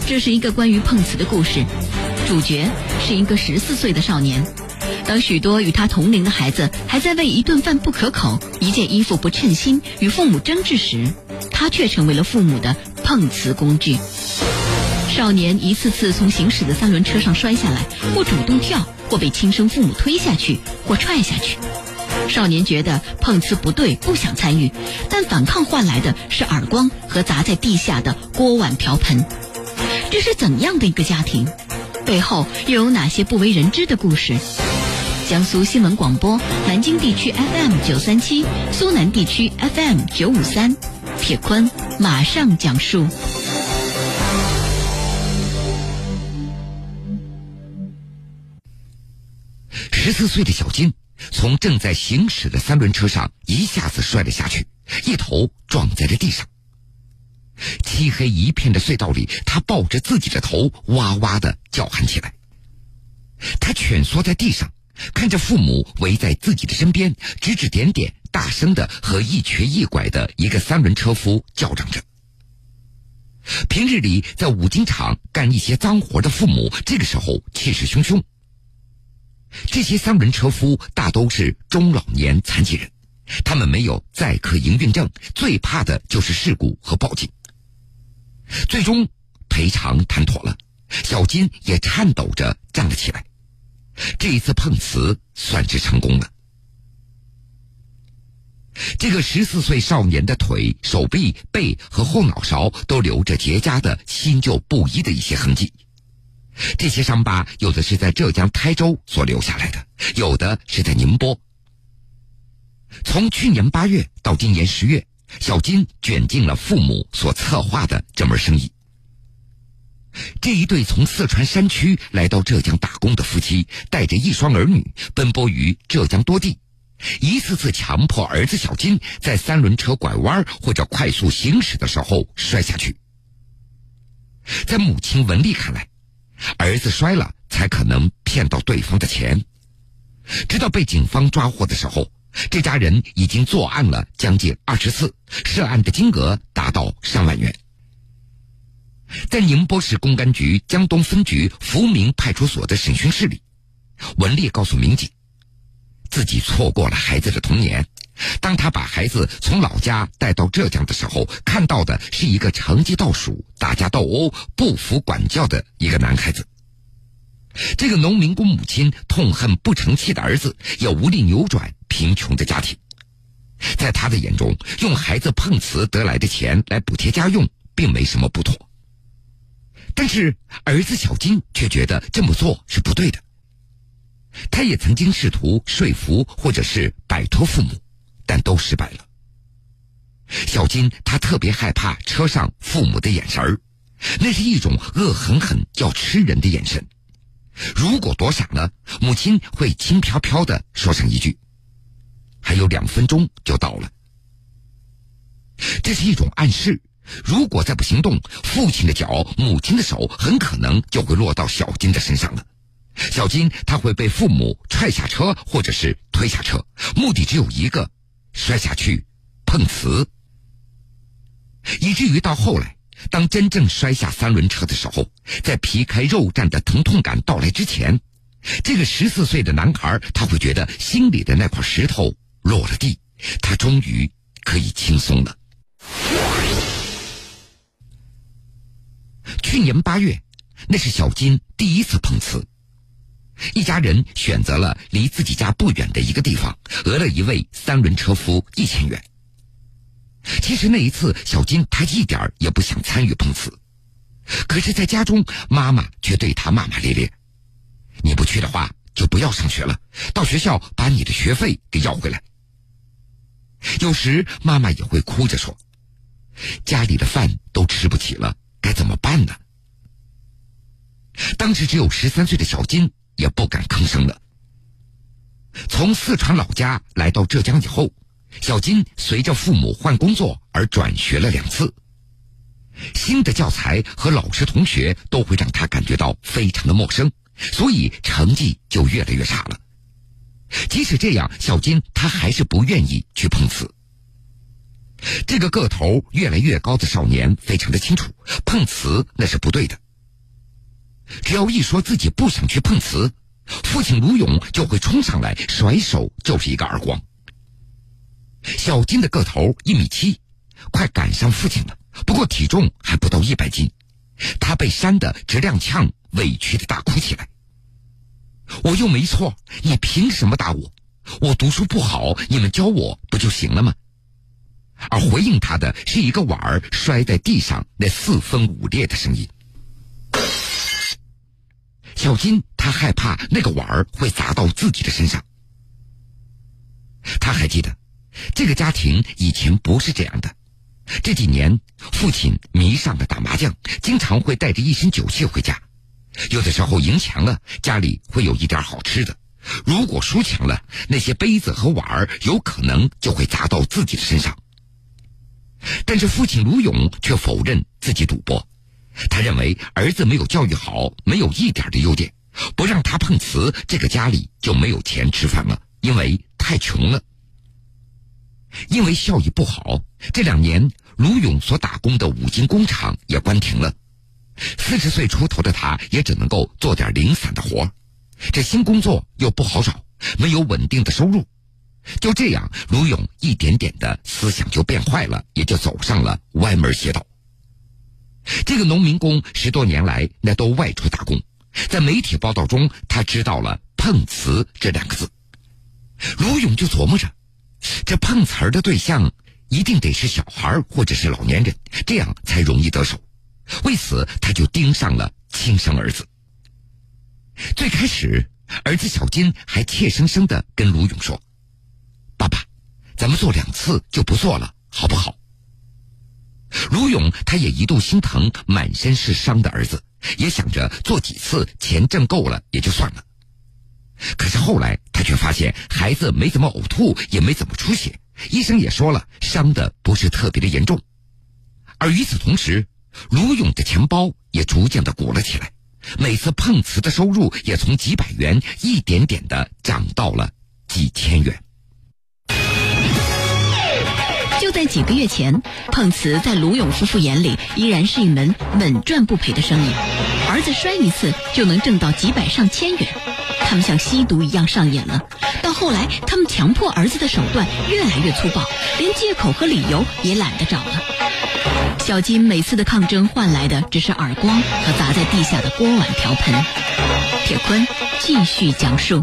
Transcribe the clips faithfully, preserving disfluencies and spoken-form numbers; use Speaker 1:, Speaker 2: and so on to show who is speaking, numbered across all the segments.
Speaker 1: 这是一个关于碰瓷的故事，主角是一个十四岁的少年。当许多与他同龄的孩子还在为一顿饭不可口、一件衣服不称心与父母争执时，他却成为了父母的碰瓷工具。少年一次次从行驶的三轮车上摔下来，或主动跳，或被亲生父母推下去，或踹下去。少年觉得碰瓷不对，不想参与，但反抗换来的是耳光和砸在地下的锅碗瓢盆。这是怎样的一个家庭？背后又有哪些不为人知的故事？江苏新闻广播南京地区 F M 九三七，苏南地区 F M 九五三，铁坤马上讲述。
Speaker 2: 十四岁的小金从正在行驶的三轮车上一下子摔了下去，一头撞在了地上。漆黑一片的隧道里，他抱着自己的头哇哇地叫喊起来。他蜷缩在地上，看着父母围在自己的身边，指指点点，大声地和一瘸一拐的一个三轮车夫叫嚷着。平日里在五金厂干一些脏活的父母，这个时候气势汹汹。这些三轮车夫大都是中老年残疾人，他们没有载客营运证，最怕的就是事故和报警。最终赔偿谈妥了，小金也颤抖着站了起来。这一次碰瓷算是成功了。这个十四岁少年的腿、手臂、背和后脑勺都留着结痂的新旧不一的一些痕迹。这些伤疤有的是在浙江台州所留下来的，有的是在宁波。从去年八月到今年十月，小金卷进了父母所策划的这门生意。这一对从四川山区来到浙江打工的夫妻，带着一双儿女奔波于浙江多地，一次次强迫儿子小金在三轮车拐弯或者快速行驶的时候摔下去。在母亲文丽看来，儿子摔了才可能骗到对方的钱。直到被警方抓获的时候，这家人已经作案了将近二十次，涉案的金额达到上万元。在宁波市公安局江东分局福明派出所的审讯室里，文丽告诉民警，自己错过了孩子的童年。当他把孩子从老家带到浙江的时候，看到的是一个成绩倒数、打架斗殴、不服管教的一个男孩子。这个农民工母亲痛恨不成器的儿子，也无力扭转贫穷的家庭。在他的眼中，用孩子碰瓷得来的钱来补贴家用并没什么不妥。但是儿子小金却觉得这么做是不对的。他也曾经试图说服或者是摆脱父母，但都失败了。小金他特别害怕车上父母的眼神儿，那是一种恶狠狠要吃人的眼神。如果躲闪了，母亲会轻飘飘地说上一句，还有两分钟就到了。这是一种暗示，如果再不行动，父亲的脚、母亲的手很可能就会落到小金的身上了。小金他会被父母踹下车或者是推下车，目的只有一个，摔下去碰瓷。以至于到后来，当真正摔下三轮车的时候，在皮开肉绽的疼痛感到来之前，这个十四岁的男孩他会觉得心里的那块石头落了地，他终于可以轻松了。去年八月，那是小金第一次碰瓷。一家人选择了离自己家不远的一个地方，讹了一位三轮车夫一千元。其实那一次，小金他一点也不想参与碰瓷，可是在家中，妈妈却对他骂骂咧咧：“你不去的话，就不要上学了，到学校把你的学费给要回来。”有时妈妈也会哭着说：“家里的饭都吃不起了，该怎么办呢？”当时只有十三岁的小金也不敢吭声了。从四川老家来到浙江以后，小金随着父母换工作而转学了两次。新的教材和老师同学都会让他感觉到非常的陌生，所以成绩就越来越差了。即使这样，小金他还是不愿意去碰瓷。这个个头越来越高的少年非常的清楚，碰瓷那是不对的， 只要一说自己不想去碰瓷，父亲卢勇就会冲上来，甩手就是一个耳光。小金的个头一米七，快赶上父亲了，不过体重还不到一百斤。他被扇得直踉跄，委屈的大哭起来。我又没错，你凭什么打我？我读书不好，你们教我不就行了吗？而回应他的是一个碗儿摔在地上那四分五裂的声音。小金他害怕那个碗儿会砸到自己的身上。他还记得这个家庭以前不是这样的，这几年父亲迷上了打麻将，经常会带着一身酒气回家，有的时候赢强了，家里会有一点好吃的，如果输强了，那些杯子和碗儿有可能就会砸到自己的身上。但是父亲卢勇却否认自己赌博，他认为儿子没有教育好，没有一点的优点，不让他碰瓷，这个家里就没有钱吃饭了，因为太穷了。因为效益不好，这两年卢勇所打工的五金工厂也关停了，四十岁出头的他也只能够做点零散的活，这新工作又不好找，没有稳定的收入。就这样，卢勇一点点的思想就变坏了，也就走上了歪门邪道。这个农民工十多年来那都外出打工，在媒体报道中他知道了碰瓷这两个字。卢勇就琢磨着，这碰瓷儿的对象一定得是小孩或者是老年人，这样才容易得手。为此他就盯上了亲生儿子。最开始儿子小金还怯生生地跟卢勇说，爸爸，咱们做两次就不做了，好不好？卢勇他也一度心疼满身是伤的儿子，也想着做几次钱挣够了也就算了。可是后来他却发现孩子没怎么呕吐，也没怎么出血，医生也说了伤的不是特别的严重。而与此同时，卢勇的钱包也逐渐的鼓了起来，每次碰瓷的收入也从几百元一点点的涨到了几千元。
Speaker 1: 就在几个月前，碰瓷在卢勇夫妇眼里依然是一门稳赚不赔的生意，儿子摔一次就能挣到几百上千元，他们像吸毒一样上瘾了。到后来，他们强迫儿子的手段越来越粗暴，连借口和理由也懒得找了。小金每次的抗争换来的只是耳光和砸在地下的锅碗瓢盆。铁坤继续讲述。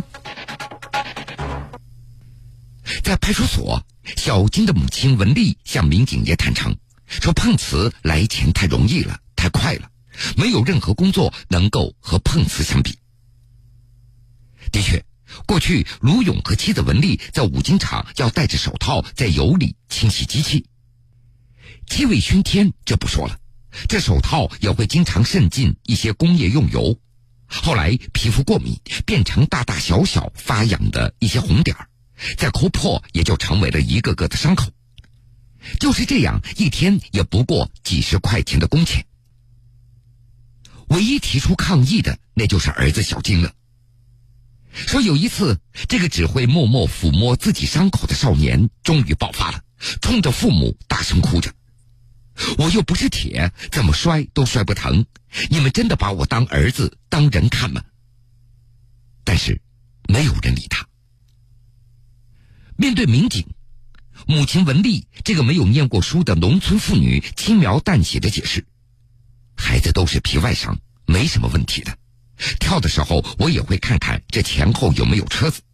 Speaker 2: 在派出所，小金的母亲文丽向民警也坦诚，说碰瓷来钱太容易了，太快了，没有任何工作能够和碰瓷相比。的确，过去卢勇和妻子文丽在五金厂要戴着手套在油里清洗机器，气味熏天这不说了，这手套也会经常渗进一些工业用油，后来皮肤过敏变成大大小小发痒的一些红点儿，再抠破也就成为了一个个的伤口。就是这样，一天也不过几十块钱的工钱。唯一提出抗议的那就是儿子小金了，说有一次这个只会默默抚摸自己伤口的少年终于爆发了，冲着父母大声哭着，我又不是铁，怎么摔都摔不疼，你们真的把我当儿子当人看吗？但是没有人理他。面对民警，母亲文丽这个没有念过书的农村妇女轻描淡写的解释，孩子都是皮外伤，没什么问题的，跳的时候我也会看看这前后有没有车子。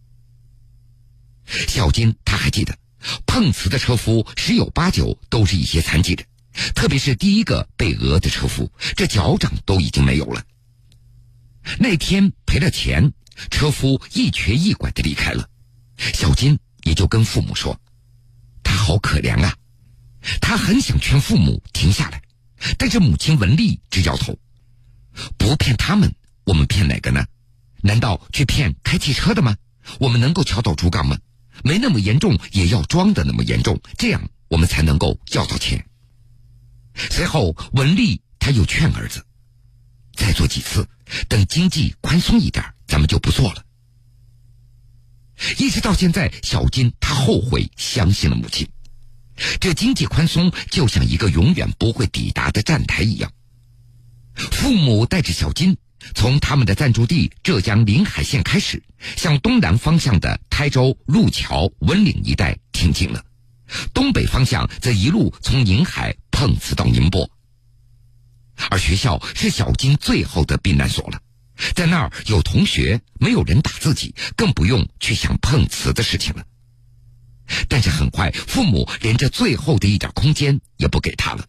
Speaker 2: 小金他还记得，碰瓷的车夫十有八九都是一些残疾人，特别是第一个被讹的车夫，这脚掌都已经没有了。那天赔了钱，车夫一瘸一拐地离开了，小金也就跟父母说，他好可怜啊。他很想劝父母停下来，但是母亲文丽直摇头，不骗他们，我们骗哪个呢？难道去骗开汽车的吗？我们能够敲倒竹杠吗？没那么严重也要装的那么严重，这样我们才能够要到钱。随后文丽他又劝儿子，再做几次，等经济宽松一点，咱们就不做了。一直到现在，小金他后悔相信了母亲。这经济宽松就像一个永远不会抵达的站台一样，父父母带着小金从他们的暂住地浙江临海县开始，向东南方向的台州、路桥、文岭一带挺进了，东北方向则一路从宁海碰瓷到宁波。而学校是小金最后的避难所了，在那儿有同学，没有人打自己，更不用去想碰瓷的事情了。但是很快，父母连这最后的一点空间也不给他了。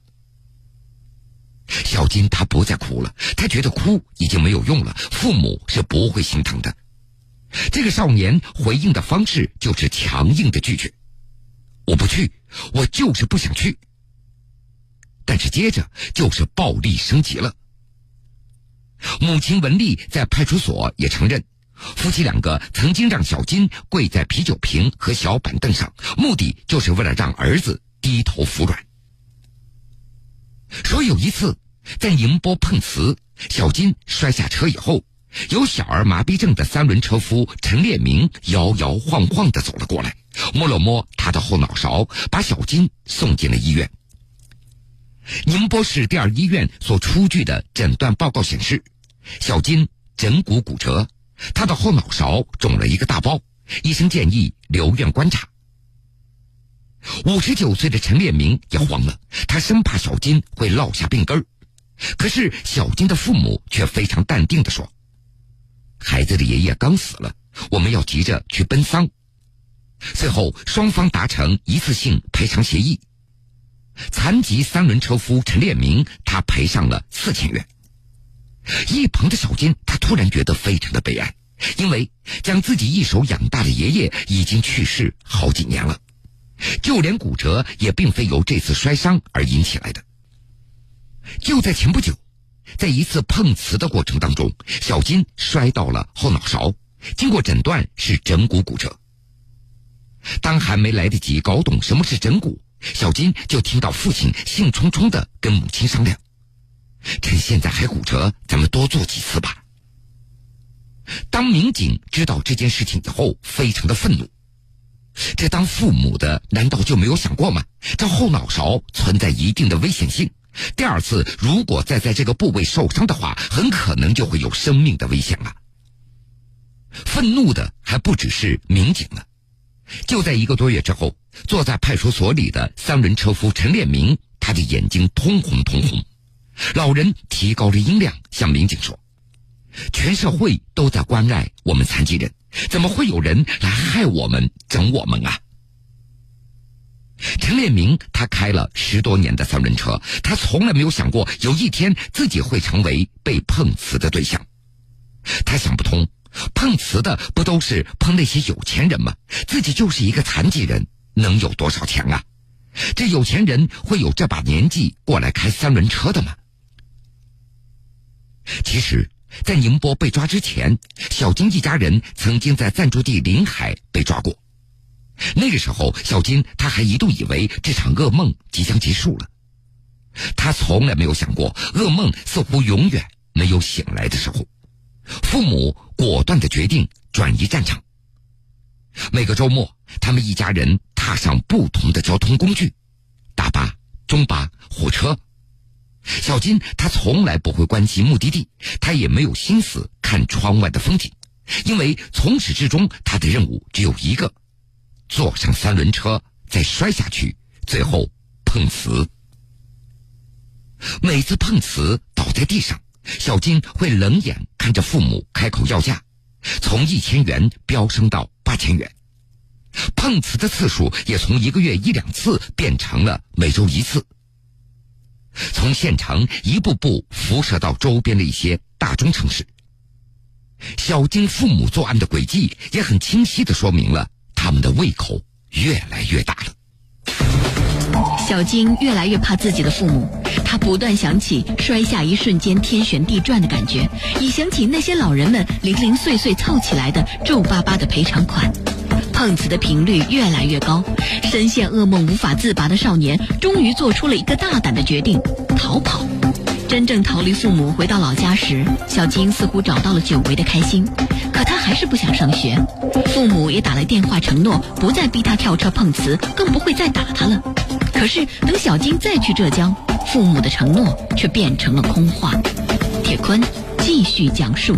Speaker 2: 小金他不再哭了，他觉得哭已经没有用了，父母是不会心疼的。这个少年回应的方式就是强硬的拒绝，我不去，我就是不想去。但是接着就是暴力升级了。母亲文丽在派出所也承认，夫妻两个曾经让小金跪在啤酒瓶和小板凳上，目的就是为了让儿子低头服软。说有一次在宁波碰瓷，小金摔下车以后，有小儿麻痹症的三轮车夫陈烈明摇摇晃晃地走了过来，摸了摸他的后脑勺，把小金送进了医院。宁波市第二医院所出具的诊断报告显示，小金枕骨骨折，他的后脑勺肿了一个大包，医生建议留院观察。五十九岁的陈烈明也慌了，他生怕小金会落下病根儿。可是小金的父母却非常淡定地说，孩子的爷爷刚死了，我们要急着去奔丧。最后双方达成一次性赔偿协议，残疾三轮车夫陈烈明他赔上了四千元。一旁的小金他突然觉得非常的悲哀，因为将自己一手养大的爷爷已经去世好几年了，就连骨折也并非由这次摔伤而引起来的。就在前不久，在一次碰瓷的过程当中，小金摔到了后脑勺，经过诊断是枕骨骨折。当还没来得及搞懂什么是枕骨，小金就听到父亲兴冲冲地跟母亲商量，趁现在还骨折，咱们多做几次吧。当民警知道这件事情以后，非常的愤怒，这当父母的难道就没有想过吗？这后脑勺存在一定的危险性，第二次如果再在这个部位受伤的话，很可能就会有生命的危险了。愤怒的还不只是民警了，就在一个多月之后，坐在派出所里的三轮车夫陈烈明，他的眼睛通红通红。老人提高了音量向民警说，全社会都在关爱我们残疾人，怎么会有人来害我们整我们啊？陈烈明他开了十多年的三轮车，他从来没有想过有一天自己会成为被碰瓷的对象。他想不通，碰瓷的不都是碰那些有钱人吗？自己就是一个残疾人，能有多少钱啊？这有钱人会有这把年纪过来开三轮车的吗？其实在宁波被抓之前，小金一家人曾经在暂住地临海被抓过。那个时候小金他还一度以为这场噩梦即将结束了，他从来没有想过噩梦似乎永远没有醒来的时候。父母果断地决定转移战场。每个周末他们一家人踏上不同的交通工具，大巴、中巴、火车。小金他从来不会关心目的地，他也没有心思看窗外的风景，因为从始至终他的任务只有一个，坐上三轮车再摔下去，最后碰瓷。每次碰瓷倒在地上，小金会冷眼看着父母开口要价，从一千元飙升到八千元。碰瓷的次数也从一个月一两次变成了每周一次，从县城一步步辐射到周边的一些大中城市。小金父母作案的轨迹也很清晰地说明了他们的胃口越来越大了。
Speaker 1: 小金越来越怕自己的父母，他不断想起摔下一瞬间天旋地转的感觉，也想起那些老人们零零碎碎凑起来的皱巴巴的赔偿款。碰瓷的频率越来越高，深陷噩梦无法自拔的少年终于做出了一个大胆的决定，逃跑。真正逃离父母回到老家时，小金似乎找到了久违的开心，可他还是不想上学。父母也打来电话承诺不再逼他跳车碰瓷，更不会再打他了。可是等小金再去浙江，父母的承诺却变成了空话。铁坤继续讲述。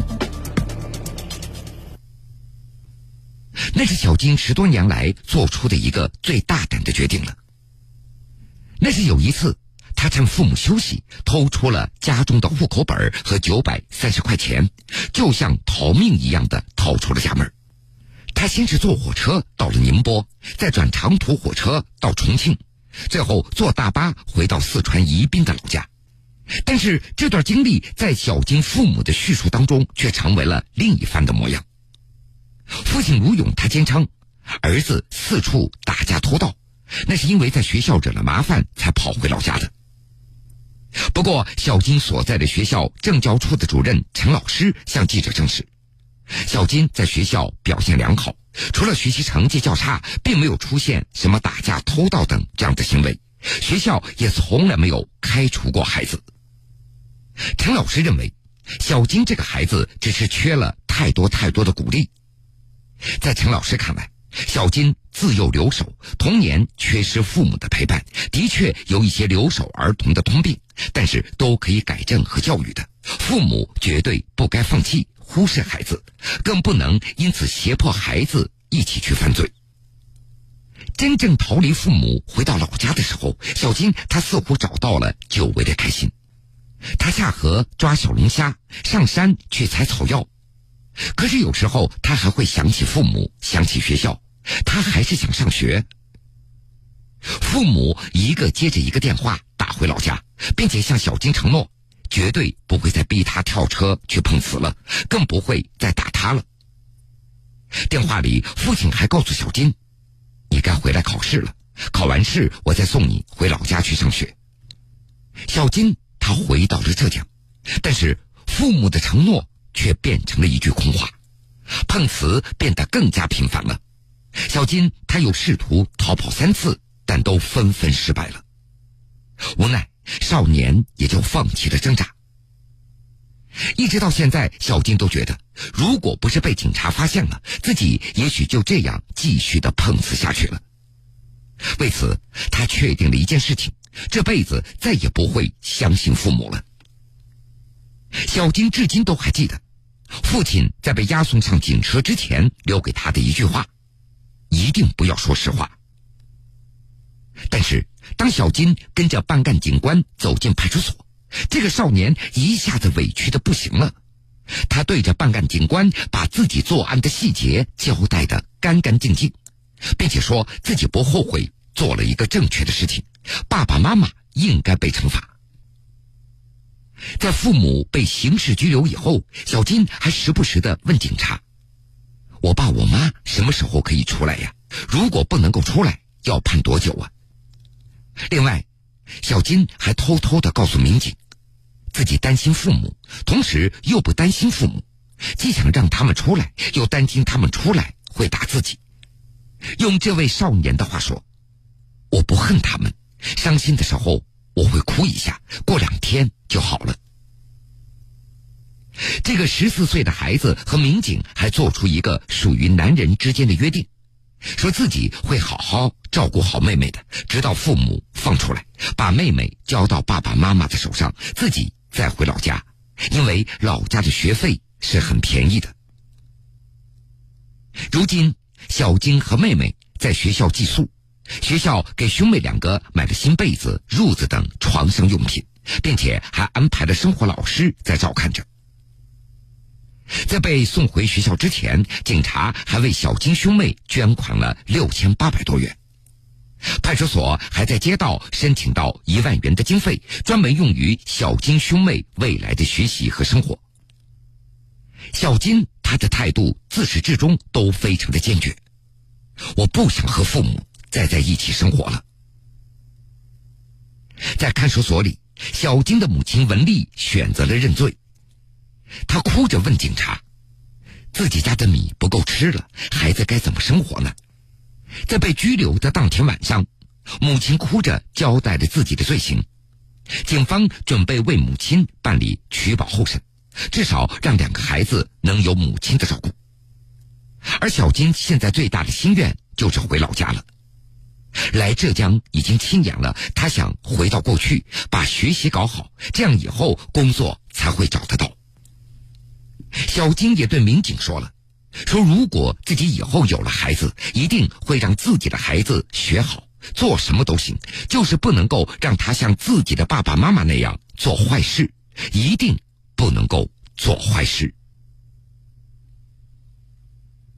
Speaker 2: 那是小金十多年来做出的一个最大胆的决定了。那是有一次，他趁父母休息，偷出了家中的户口本和九百三十块钱，就像逃命一样的逃出了家门。他先是坐火车到了宁波，再转长途火车到重庆，最后坐大巴回到四川宜宾的老家。但是这段经历在小金父母的叙述当中却成为了另一番的模样。父亲卢勇他坚称，儿子四处打架偷盗，那是因为在学校惹了麻烦才跑回老家的。不过小金所在的学校政教处的主任陈老师向记者证实，小金在学校表现良好，除了学习成绩较差，并没有出现什么打架偷盗等这样的行为，学校也从来没有开除过孩子。陈老师认为，小金这个孩子只是缺了太多太多的鼓励。在陈老师看来，小金自幼留守，童年缺失父母的陪伴，的确有一些留守儿童的通病，但是都可以改正和教育的。父母绝对不该放弃忽视孩子，更不能因此胁迫孩子一起去犯罪。真正逃离父母回到老家的时候，小金他似乎找到了久违的开心。他下河抓小龙虾，上山去采草药。可是有时候他还会想起父母，想起学校，他还是想上学。父母一个接着一个电话打回老家，并且向小金承诺，绝对不会再逼他跳车去碰瓷了，更不会再打他了。电话里父亲还告诉小金，你该回来考试了，考完试我再送你回老家去上学。小金他回到了浙江，但是父母的承诺却变成了一句空话，碰瓷变得更加频繁了。小金他又试图逃跑三次，但都纷纷失败了。无奈少年也就放弃了挣扎。一直到现在，小金都觉得，如果不是被警察发现了，自己也许就这样继续的碰瓷下去了。为此他确定了一件事情，这辈子再也不会相信父母了。小金至今都还记得父亲在被押送上警车之前留给他的一句话，一定不要说实话。但是当小金跟着办案警官走进派出所，这个少年一下子委屈的不行了。他对着办案警官把自己作案的细节交代得干干净净，并且说自己不后悔做了一个正确的事情，爸爸妈妈应该被惩罚。在父母被刑事拘留以后，小金还时不时地问警察，我爸我妈什么时候可以出来呀？如果不能够出来，要判多久啊？另外，小金还偷偷地告诉民警，自己担心父母，同时又不担心父母，既想让他们出来，又担心他们出来会打自己。用这位少年的话说，我不恨他们，伤心的时候我会哭一下，过两天就好了。这个十四岁的孩子和民警还做出一个属于男人之间的约定，说自己会好好照顾好妹妹的，直到父母放出来，把妹妹交到爸爸妈妈的手上，自己再回老家，因为老家的学费是很便宜的。如今小金和妹妹在学校寄宿，学校给兄妹两个买了新被子、褥子等床上用品，并且还安排了生活老师在照看着。在被送回学校之前，警察还为小金兄妹捐款了六千八百多元。派出所还在街道申请到一万元的经费，专门用于小金兄妹未来的学习和生活。小金他的态度自始至终都非常的坚决，我不想和父母再在一起生活了。在看守所里，小金的母亲文丽选择了认罪。他哭着问警察，自己家的米不够吃了，孩子该怎么生活呢？在被拘留的当天晚上，母亲哭着交代了自己的罪行。警方准备为母亲办理取保候审，至少让两个孩子能有母亲的照顾。而小金现在最大的心愿就是回老家了。来浙江已经七年了，他想回到过去，把学习搞好，这样以后工作才会找得到。 小金也对民警说了，说如果自己以后有了孩子，一定会让自己的孩子学好，做什么都行，就是不能够让他像自己的爸爸妈妈那样做坏事，一定不能够做坏事。